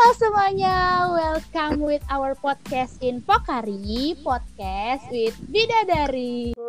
semuanya, welcome with our podcast in Pokari, podcast with Bidadari.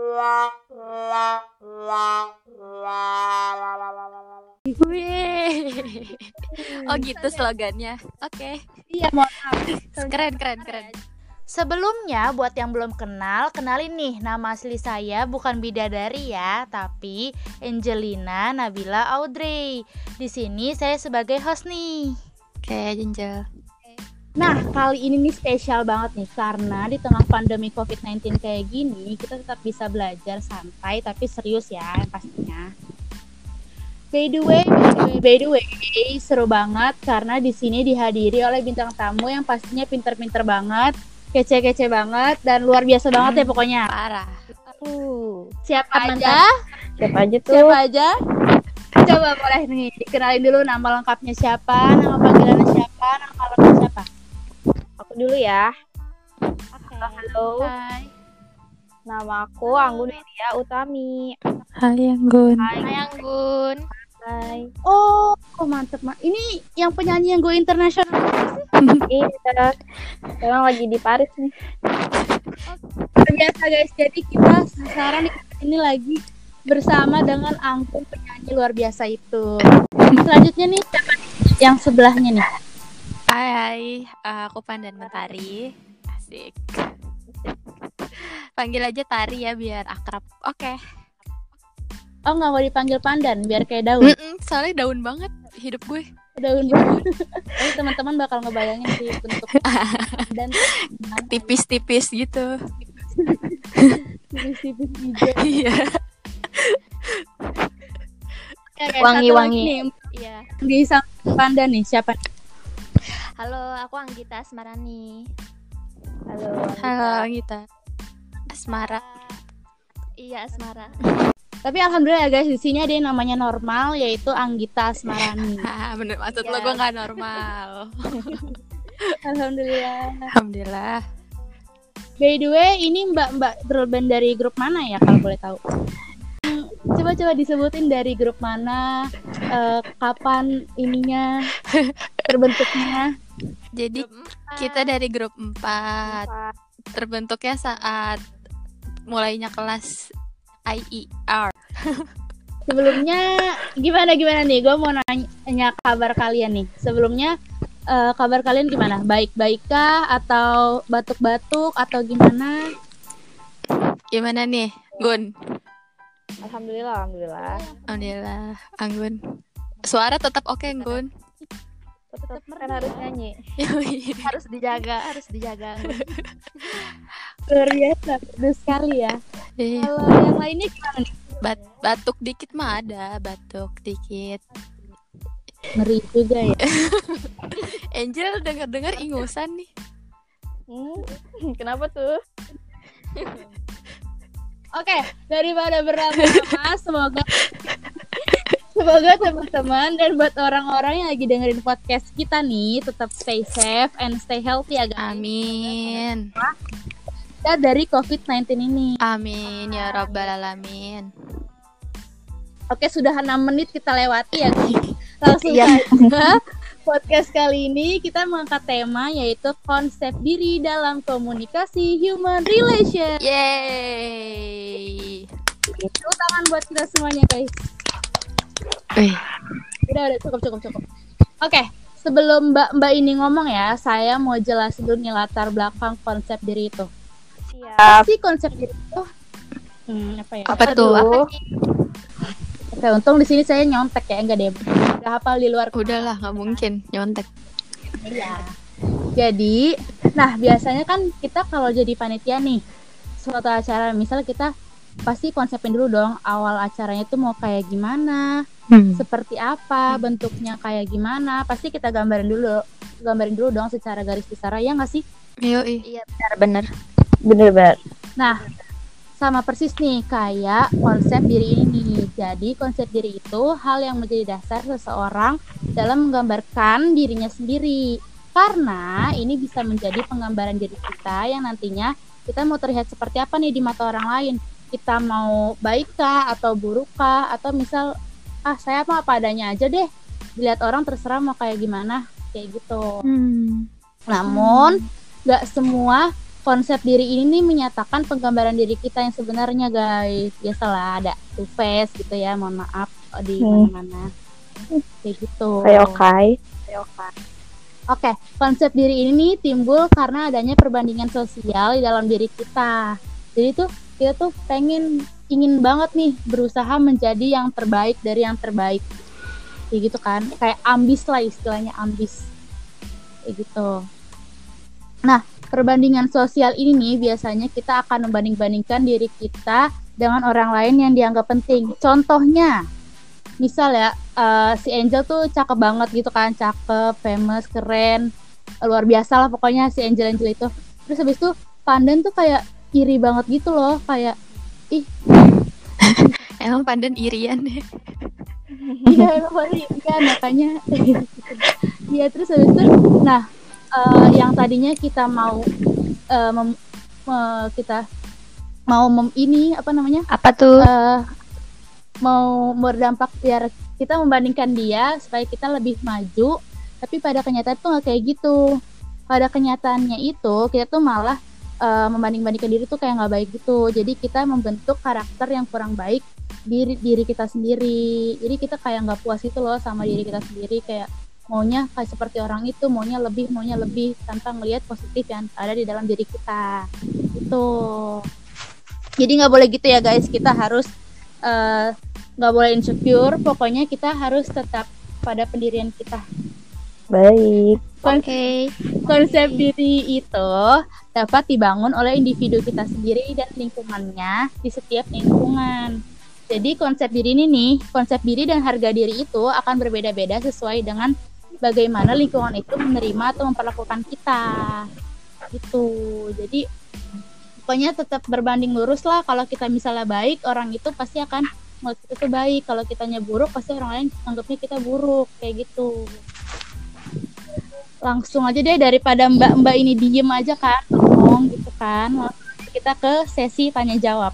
Wih. Oh gitu slogannya. Oke. Iya, mohon maaf. Keren. Sebelumnya, buat yang belum kenal, kenalin nih, nama asli saya bukan Bidadari ya, tapi Angelina Nabila Audrey. Di sini saya sebagai host nih. Oke, Jenjel. Nah, kali ini nih spesial banget nih, karena di tengah pandemi COVID-19 kayak gini, kita tetap bisa belajar santai tapi serius ya, pastinya. By the way, seru banget karena di sini dihadiri oleh bintang tamu yang pastinya pinter-pinter banget, kece-kece banget, dan luar biasa banget ya pokoknya. Parah. Siapa aja? Siapa aja tuh? Siapa aja? Coba boleh nih, dikenalin dulu nama lengkapnya siapa, nama panggilannya siapa, nama lengkapnya siapa? Aku dulu ya. Oke. Halo. Hai. Nama aku Anggun Widya Utami. Hai Anggun. Hai Anggun. Hai. Oh, mantep. Ini yang penyanyi yang go internasional. Iya. Sekarang lagi di Paris nih. Biasa guys, jadi kita sekarang ini lagi bersama dengan Anggun, penyanyi luar biasa itu. Selanjutnya nih siapa nih? Yang sebelahnya nih. Hai, aku Pandan Mentari. Asik. Panggil aja Tari ya biar akrab. Oke. Oh, nggak mau dipanggil Pandan biar kayak daun. Soalnya daun banget hidup gue. Daun banget. Jadi teman-teman bakal ngebayangin sih bentuk dan Tipis-tipis gitu. tipis-tipis hijau. Iya. Wangi-wangi. Iya. Di samping Pandan nih siapa? Halo, aku Anggita Asmarani. Halo Gita. Asmara. Iya, Asmara. Tapi alhamdulillah ya guys, di sini ada yang namanya normal, yaitu Anggita Asmarani. Bener maksud Iya. lo gue nggak normal. Alhamdulillah. Alhamdulillah. By the way, ini mbak girl band dari grup mana ya kalau boleh tahu? Coba disebutin dari grup mana, kapan ininya terbentuknya. Jadi kita dari grup 4. Terbentuknya saat mulainya kelas IER. Sebelumnya gimana nih? Gue mau nanya kabar kalian nih. Sebelumnya kabar kalian gimana? Baik-baik kah atau batuk-batuk atau gimana? Gimana nih, Gun? Alhamdulillah. Alhamdulillah, Anggun. Suara tetap oke, Gun. Tetap kan harus nyanyi. Harus dijaga. Luar biasa, bagus sekali ya. Iya. Kalau yang lainnya gimana nih? Batuk dikit mah ada, batuk dikit. Ngeri juga ya. Angel dengar ingusan nih. Kenapa tuh? Oke, daripada berlama-lama, semoga teman-teman dan buat orang-orang yang lagi dengerin podcast kita nih tetap stay safe and stay healthy ya guys. Amin. Kita dari COVID-19 ini. Amin ya rabbal alamin. Oke, sudah 6 menit kita lewati ya guys. Langsung Iya. saja. Podcast kali ini kita mengangkat tema yaitu konsep diri dalam komunikasi human relation. Yeay. Tepuk tangan buat kita semuanya guys. Udah cukup. Oke, sebelum mbak ini ngomong ya, saya mau jelasin dulu nih latar belakang konsep diri itu. Apa sih konsep diri itu? Apa ya? Apa tuh? Oke, untung di sini saya nyontek ya, enggak deh. Udah hafal di luar. Udahlah, nggak mungkin nyontek. Iya. Jadi, nah biasanya kan kita kalau jadi panitia nih suatu acara, misal kita pasti konsepin dulu dong awal acaranya tuh mau kayak gimana, seperti apa, bentuknya kayak gimana, pasti kita gambarin dulu dong secara garis besar ya nggak sih? Yoi. Iya, Bener. Nah, sama persis nih kayak konsep diri ini. Jadi konsep diri itu hal yang menjadi dasar seseorang dalam menggambarkan dirinya sendiri. Karena ini bisa menjadi penggambaran diri kita yang nantinya kita mau terlihat seperti apa nih di mata orang lain. Kita mau baik kah atau buruk kah, atau misal saya mah apa adanya aja deh, dilihat orang terserah mau kayak gimana. kayak gitu. Namun nggak semua konsep diri ini nih menyatakan penggambaran diri kita yang sebenarnya, guys. Biasalah ada two face gitu ya, mohon maaf di mana-mana kayak gitu. Oke, konsep diri ini nih timbul karena adanya perbandingan sosial di dalam diri kita. Jadi tuh kita tuh ingin banget nih berusaha menjadi yang terbaik dari yang terbaik. Kayak gitu kan, kayak ambis lah istilahnya, ambis. Kayak gitu. Nah, perbandingan sosial ini nih biasanya kita akan membanding-bandingkan diri kita dengan orang lain yang dianggap penting. Contohnya, misal ya, si Angel tuh cakep banget gitu kan, cakep, famous, keren, luar biasa lah pokoknya si Angel itu. Terus habis itu Pandan tuh kayak iri banget gitu loh, kayak ih. Emang Pandan irian deh. Iya, emang irian makanya. Iya, terus habis itu, nah yang tadinya kita mau Apa tuh? Mau berdampak biar kita membandingkan dia supaya kita lebih maju, tapi pada kenyataan tuh nggak kayak gitu. Pada kenyataannya itu kita tuh malah membanding-bandingkan diri tuh kayak nggak baik gitu. Jadi kita membentuk karakter yang kurang baik diri kita sendiri. Jadi kita kayak nggak puas itu loh sama diri kita sendiri, kayak maunya kayak seperti orang itu, maunya lebih tanpa ngelihat positif yang ada di dalam diri kita gitu. Jadi nggak boleh gitu ya guys, kita harus nggak boleh insecure, pokoknya kita harus tetap pada pendirian kita. Baik. Konsep diri itu dapat dibangun oleh individu kita sendiri dan lingkungannya di setiap lingkungan. Jadi konsep diri dan harga diri itu akan berbeda-beda sesuai dengan bagaimana lingkungan itu menerima atau memperlakukan kita gitu. Jadi pokoknya tetap berbanding lurus lah. Kalau kita misalnya baik, orang itu pasti akan menurut kita tuh baik. Kalau kitanya buruk, pasti orang lain anggapnya kita buruk, kayak gitu. Langsung aja deh, daripada mbak ini diem aja kan, ngomong gitu kan, langsung kita ke sesi tanya jawab.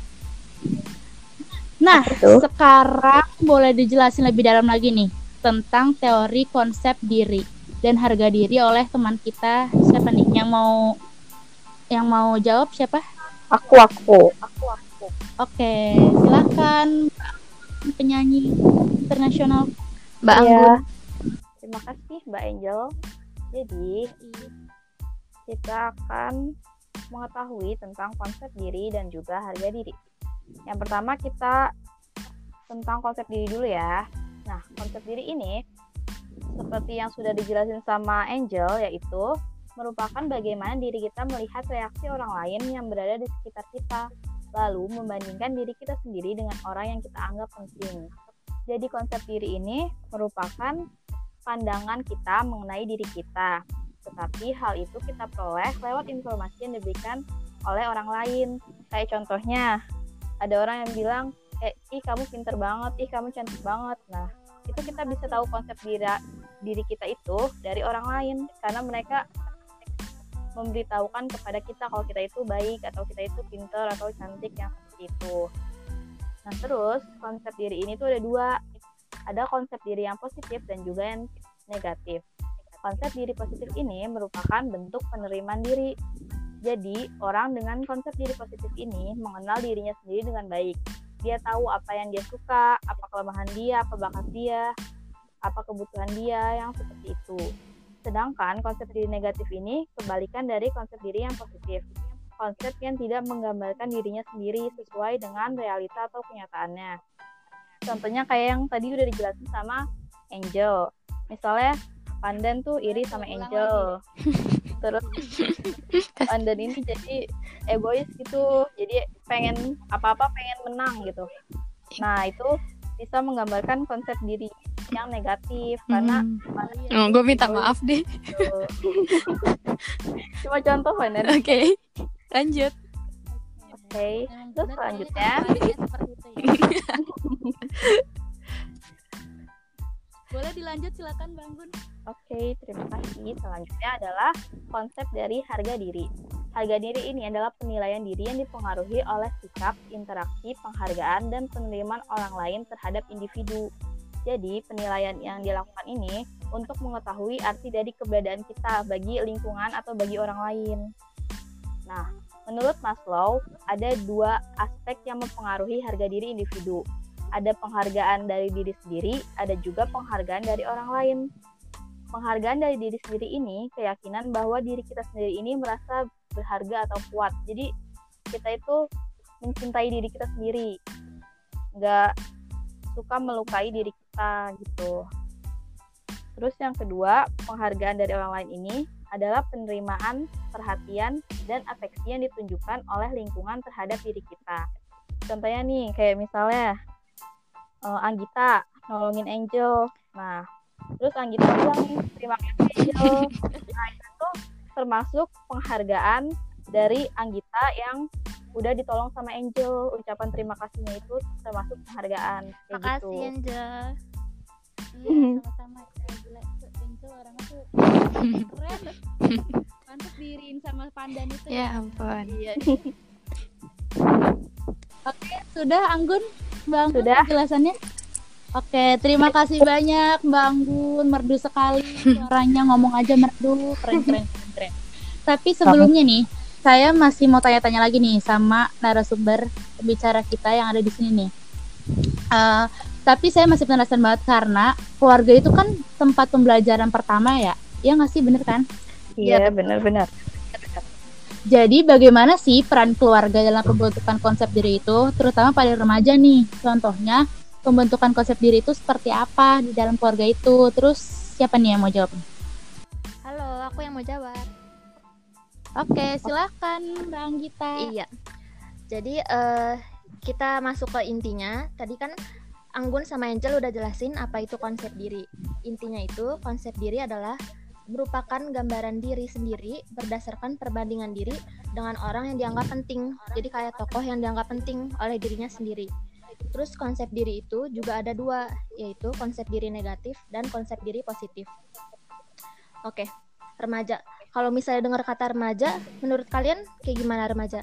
Nah, sekarang boleh dijelasin lebih dalam lagi nih tentang teori konsep diri dan harga diri oleh teman kita. Siapa nih yang mau jawab? Siapa? Aku. Oke, silakan penyanyi internasional Mbak Anggun. Terima kasih Mbak Angel. Jadi kita akan mengetahui tentang konsep diri dan juga harga diri. Yang pertama kita tentang konsep diri dulu ya. Nah, konsep diri ini seperti yang sudah dijelasin sama Angel, yaitu merupakan bagaimana diri kita melihat reaksi orang lain yang berada di sekitar kita, lalu membandingkan diri kita sendiri dengan orang yang kita anggap penting. Jadi konsep diri ini merupakan pandangan kita mengenai diri kita, tetapi hal itu kita peroleh lewat informasi yang diberikan oleh orang lain. Kayak contohnya, ada orang yang bilang, ih kamu pinter banget, ih kamu cantik banget. Nah, itu kita bisa tahu konsep diri kita itu dari orang lain, karena mereka memberitahukan kepada kita kalau kita itu baik, atau kita itu pinter, atau cantik, yang seperti itu. Nah, terus konsep diri ini tuh ada dua. Ada konsep diri yang positif dan juga yang negatif. Konsep diri positif ini merupakan bentuk penerimaan diri. Jadi, orang dengan konsep diri positif ini mengenal dirinya sendiri dengan baik. Dia tahu apa yang dia suka, apa kelemahan dia, apa bakat dia, apa kebutuhan dia, yang seperti itu. Sedangkan konsep diri negatif ini kebalikan dari konsep diri yang positif. Konsep yang tidak menggambarkan dirinya sendiri sesuai dengan realita atau kenyataannya. Contohnya kayak yang tadi udah dijelasin sama Angel. Misalnya Pandan tuh iri sama Angel. Terus Pandan ini jadi egois gitu. Jadi pengen apa-apa pengen menang gitu. Nah, itu bisa menggambarkan konsep diri yang negatif karena gue minta maaf deh. Cuma contoh Pandan. Oke. Lanjut. Oke. Terus selanjutnya boleh dilanjut, silakan Bang Gun. Oke, terima kasih. Selanjutnya adalah konsep dari harga diri. Harga diri ini adalah penilaian diri yang dipengaruhi oleh sikap, interaksi, penghargaan, dan penerimaan orang lain terhadap individu. Jadi, penilaian yang dilakukan ini untuk mengetahui arti dari keberadaan kita bagi lingkungan atau bagi orang lain. Nah, menurut Maslow, ada 2 aspek yang mempengaruhi harga diri individu. Ada penghargaan dari diri sendiri, ada juga penghargaan dari orang lain. Penghargaan dari diri sendiri ini keyakinan bahwa diri kita sendiri ini merasa berharga atau kuat. Jadi, kita itu mencintai diri kita sendiri, nggak suka melukai diri kita gitu. Terus yang kedua, penghargaan dari orang lain ini adalah penerimaan, perhatian, dan afeksi yang ditunjukkan oleh lingkungan terhadap diri kita. Contohnya nih, kayak misalnya Anggita nolongin Angel. Nah, terus Anggita bilang nih, terima kasih Angel. Nah, itu tuh termasuk penghargaan dari Anggita yang udah ditolong sama Angel. Ucapan terima kasihnya itu termasuk penghargaan. Kayak Makasih gitu. Angel. Iya, sama-sama. Gila, Angel orangnya tuh keren. Mantap diriin sama Pandan itu. Ya ampun. Iya. Oke, sudah Anggun, Mbak Anggun Sudah. penjelasannya. Oke, terima kasih banyak Mbak Anggun, merdu sekali suaranya, ngomong aja merdu, keren. Tapi sebelumnya nih, saya masih mau tanya-tanya lagi nih sama narasumber pembicara kita yang ada di sini nih. Tapi saya masih penasaran banget karena keluarga itu kan tempat pembelajaran pertama ya, nggak sih, bener kan? Iya, benar-benar. Jadi bagaimana sih peran keluarga dalam pembentukan konsep diri itu, terutama pada remaja nih? Contohnya, pembentukan konsep diri itu seperti apa di dalam keluarga itu? Terus siapa nih yang mau jawab? Halo, aku yang mau jawab. Oke, silakan Mbak Anggita. Iya. Jadi kita masuk ke intinya. Tadi kan Anggun sama Angel udah jelasin apa itu konsep diri. Intinya itu konsep diri adalah merupakan gambaran diri sendiri berdasarkan perbandingan diri dengan orang yang dianggap penting. Jadi kayak tokoh yang dianggap penting oleh dirinya sendiri. Terus konsep diri itu juga ada 2, yaitu konsep diri negatif dan konsep diri positif. Oke, remaja. Kalau misalnya dengar kata remaja, menurut kalian kayak gimana remaja?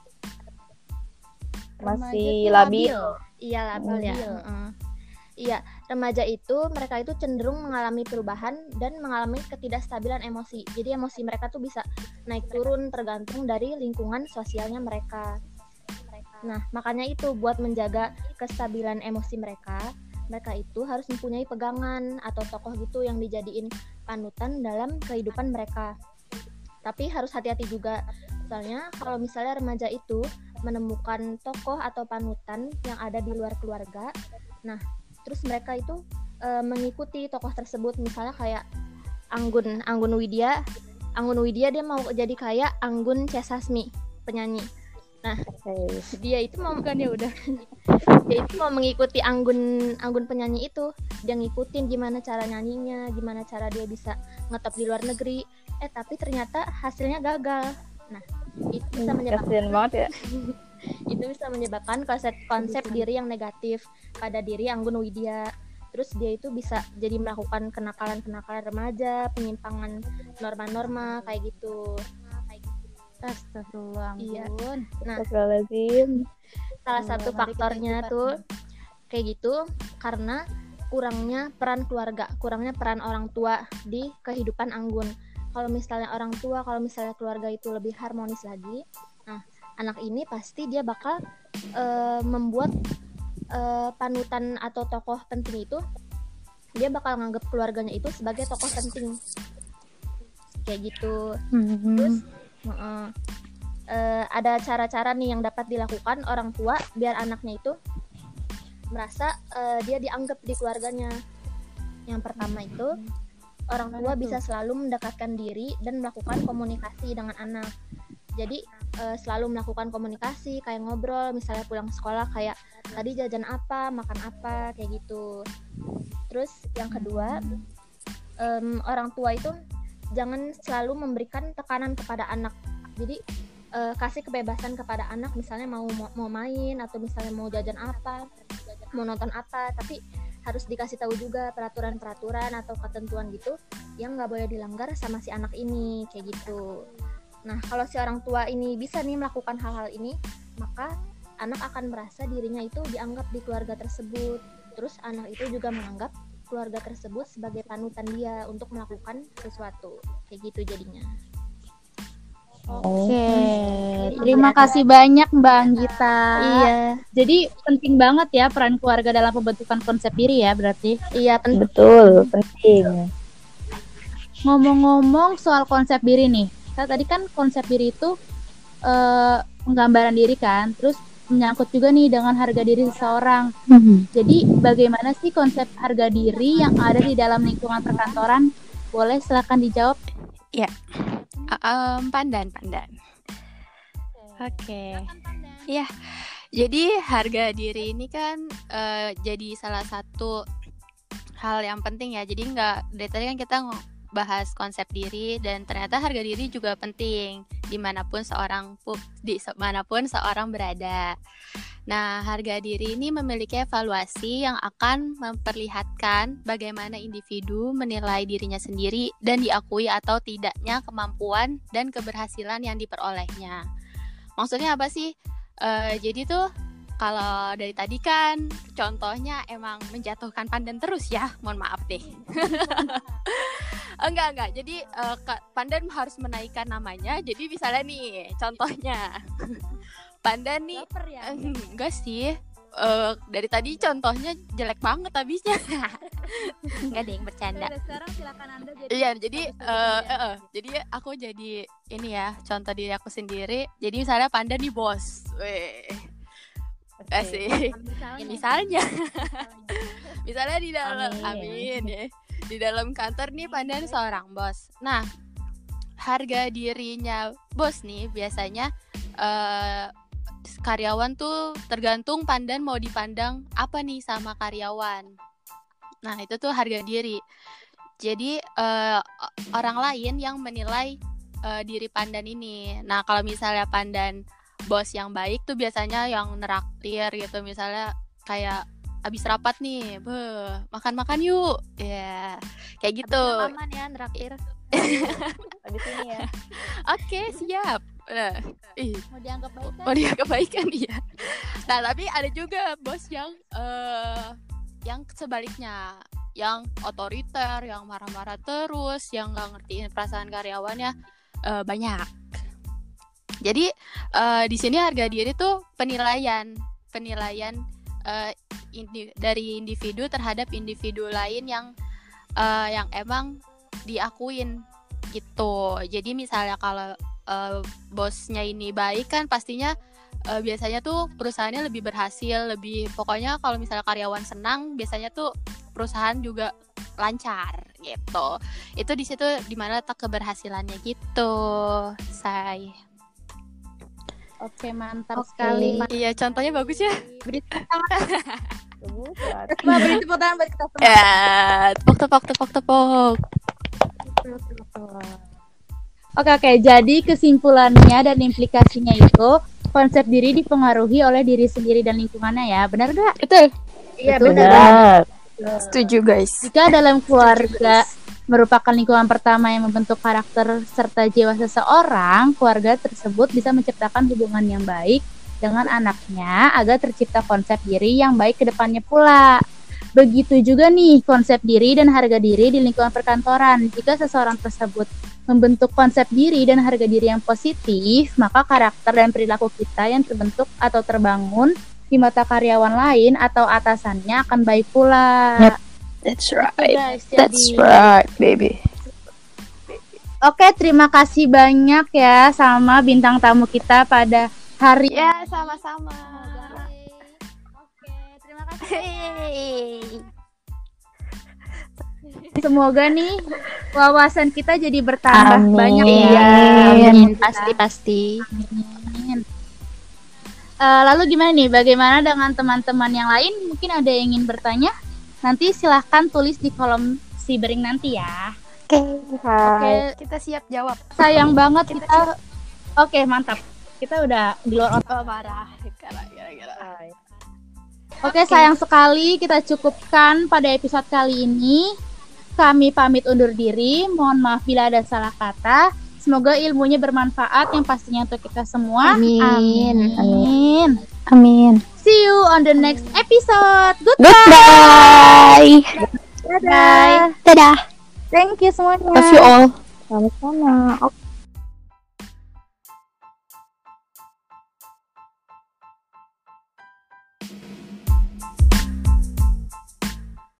Masih Remaja tuh labil. Iya, labil ya. Iya, remaja itu mereka itu cenderung mengalami perubahan dan mengalami ketidakstabilan emosi. Jadi emosi mereka tuh bisa naik turun tergantung dari lingkungan sosialnya mereka. Nah, makanya itu buat menjaga kestabilan emosi mereka itu harus mempunyai pegangan atau tokoh gitu yang dijadiin panutan dalam kehidupan mereka. Tapi harus hati-hati juga. Soalnya kalau misalnya remaja itu menemukan tokoh atau panutan yang ada di luar keluarga, nah terus mereka itu mengikuti tokoh tersebut, misalnya kayak Anggun Widya dia mau jadi kayak Anggun C. Sasmi, penyanyi. Nah, dia itu mau dia itu mau mengikuti Anggun penyanyi itu. Dia ngikutin gimana cara nyanyinya, gimana cara dia bisa ngetop di luar negeri. Tapi ternyata hasilnya gagal. Nah, itu bisa menyebabkan Kasian banget ya. itu bisa menyebabkan konsep diri yang negatif pada diri Anggun Widya. Terus dia itu bisa jadi melakukan kenakalan remaja, penyimpangan norma-norma kayak gitu. Astagfirullah, Iya. Anggun. Nah, Astagfirullahaladzim. salah satu mari kita faktornya ikutan. tuh kayak gitu karena kurangnya peran keluarga, kurangnya peran orang tua di kehidupan Anggun. Kalau misalnya keluarga itu lebih harmonis lagi, nah anak ini pasti dia bakal membuat panutan atau tokoh penting itu, dia bakal nganggap keluarganya itu sebagai tokoh penting kayak gitu. Terus ada cara-cara nih yang dapat dilakukan orang tua biar anaknya itu merasa dia dianggap di keluarganya. Yang pertama itu orang tua bisa selalu mendekatkan diri dan melakukan komunikasi dengan anak. Jadi selalu melakukan komunikasi, kayak ngobrol, misalnya pulang sekolah kayak tadi jajan apa, makan apa, kayak gitu. Terus yang kedua, orang tua itu jangan selalu memberikan tekanan kepada anak. Jadi kasih kebebasan kepada anak, misalnya mau main atau misalnya mau jajan apa, mau nonton apa, tapi harus dikasih tahu juga peraturan-peraturan atau ketentuan gitu yang nggak boleh dilanggar sama si anak ini, kayak gitu. Nah, kalau si orang tua ini bisa nih melakukan hal-hal ini, maka anak akan merasa dirinya itu dianggap di keluarga tersebut. Terus anak itu juga menganggap keluarga tersebut sebagai panutan dia untuk melakukan sesuatu. Kayak gitu jadinya. Oke, terima kasih banyak Mbak Anggita. Iya. Jadi penting banget ya peran keluarga dalam pembentukan konsep diri ya berarti. Iya, penting. Betul, penting. Ngomong-ngomong soal konsep diri nih, tadi kan konsep diri itu penggambaran diri kan, terus menyangkut juga nih dengan harga diri seseorang. Jadi bagaimana sih konsep harga diri yang ada di dalam lingkungan perkantoran? Boleh silakan dijawab. Ya, Pandan. Oke. Ya, jadi harga diri ini kan jadi salah satu hal yang penting ya. Jadi dari tadi kan kita bahas konsep diri dan ternyata harga diri juga penting dimanapun seorang berada. Nah, harga diri ini memiliki evaluasi yang akan memperlihatkan bagaimana individu menilai dirinya sendiri dan diakui atau tidaknya kemampuan dan keberhasilan yang diperolehnya. Maksudnya apa sih? Jadi tuh kalau dari tadi kan contohnya emang menjatuhkan Pandan terus ya, mohon maaf deh. Enggak. Jadi Pandan harus menaikkan namanya. Jadi misalnya nih contohnya Pandan nih, enggak sih. Dari tadi contohnya jelek banget habisnya. Enggak deh, bercanda. Sekarang silakan Anda jadi. Iya, jadi aku jadi ini ya, contoh diri aku sendiri. Jadi misalnya Pandan nih bos. Asik. Misalnya di dalam amin ya. Di dalam kantor nih Pandan seorang bos. Nah, harga dirinya bos nih biasanya karyawan tuh tergantung Pandan mau dipandang apa nih sama karyawan. Nah, itu tuh harga diri. Jadi orang lain yang menilai diri Pandan ini. Nah, kalau misalnya Pandan bos yang baik tuh biasanya yang neraktir gitu, misalnya kayak abis rapat nih, makan-makan yuk, ya kayak gitu. Aman ya neraktir. Abis ini ya. Oke, siap. Mau dianggap baik kan? Mau dianggap baik kan, iya. Nah, tapi ada juga bos yang sebaliknya, yang otoriter, yang marah-marah terus, yang nggak ngertiin perasaan karyawannya banyak. Jadi di sini harga diri tuh penilaian dari individu terhadap individu lain yang emang diakuin gitu. Jadi misalnya kalau bosnya ini baik kan pastinya biasanya tuh perusahaannya lebih berhasil, pokoknya kalau misalnya karyawan senang biasanya tuh perusahaan juga lancar gitu. Itu di situ dimana letak keberhasilannya gitu, say. Oke, mantap sekali. Iya, contohnya bagus ya. Beri tepuk tangan buat kita semua. Ya, tepuk. Oke. Jadi kesimpulannya dan implikasinya itu konsep diri dipengaruhi oleh diri sendiri dan lingkungannya ya. Benar gak? Betul. Iya, benar. Setuju, guys. Jika dalam keluarga merupakan lingkungan pertama yang membentuk karakter serta jiwa seseorang, keluarga tersebut bisa menciptakan hubungan yang baik dengan anaknya agar tercipta konsep diri yang baik ke depannya pula. Begitu juga nih konsep diri dan harga diri di lingkungan perkantoran. Jika seseorang tersebut membentuk konsep diri dan harga diri yang positif, maka karakter dan perilaku kita yang terbentuk atau terbangun di mata karyawan lain atau atasannya akan baik pula. Yep. That's right. Guys, That's right, baby. Oke, terima kasih banyak ya sama bintang tamu kita pada hari ini. Ya, sama-sama. Oke, terima kasih. Semoga nih wawasan kita jadi bertambah banyak ya. Amin. Pasti. Amin. Lalu gimana nih? Bagaimana dengan teman-teman yang lain? Mungkin ada yang ingin bertanya? Nanti silahkan tulis di kolom Sibering nanti ya. Oke, kita siap jawab. Sayang banget kita. Oke, mantap. Kita udah di luar otak. Parah. Gara-gara. Oke, sayang sekali kita cukupkan pada episode kali ini. Kami pamit undur diri. Mohon maaf bila ada salah kata. Semoga ilmunya bermanfaat yang pastinya untuk kita semua. Amin. Amin. Amin. See you on the next episode. Goodbye. Dadah. Dadah. Thank you semuanya. Love you all. Sama-sama. Oke.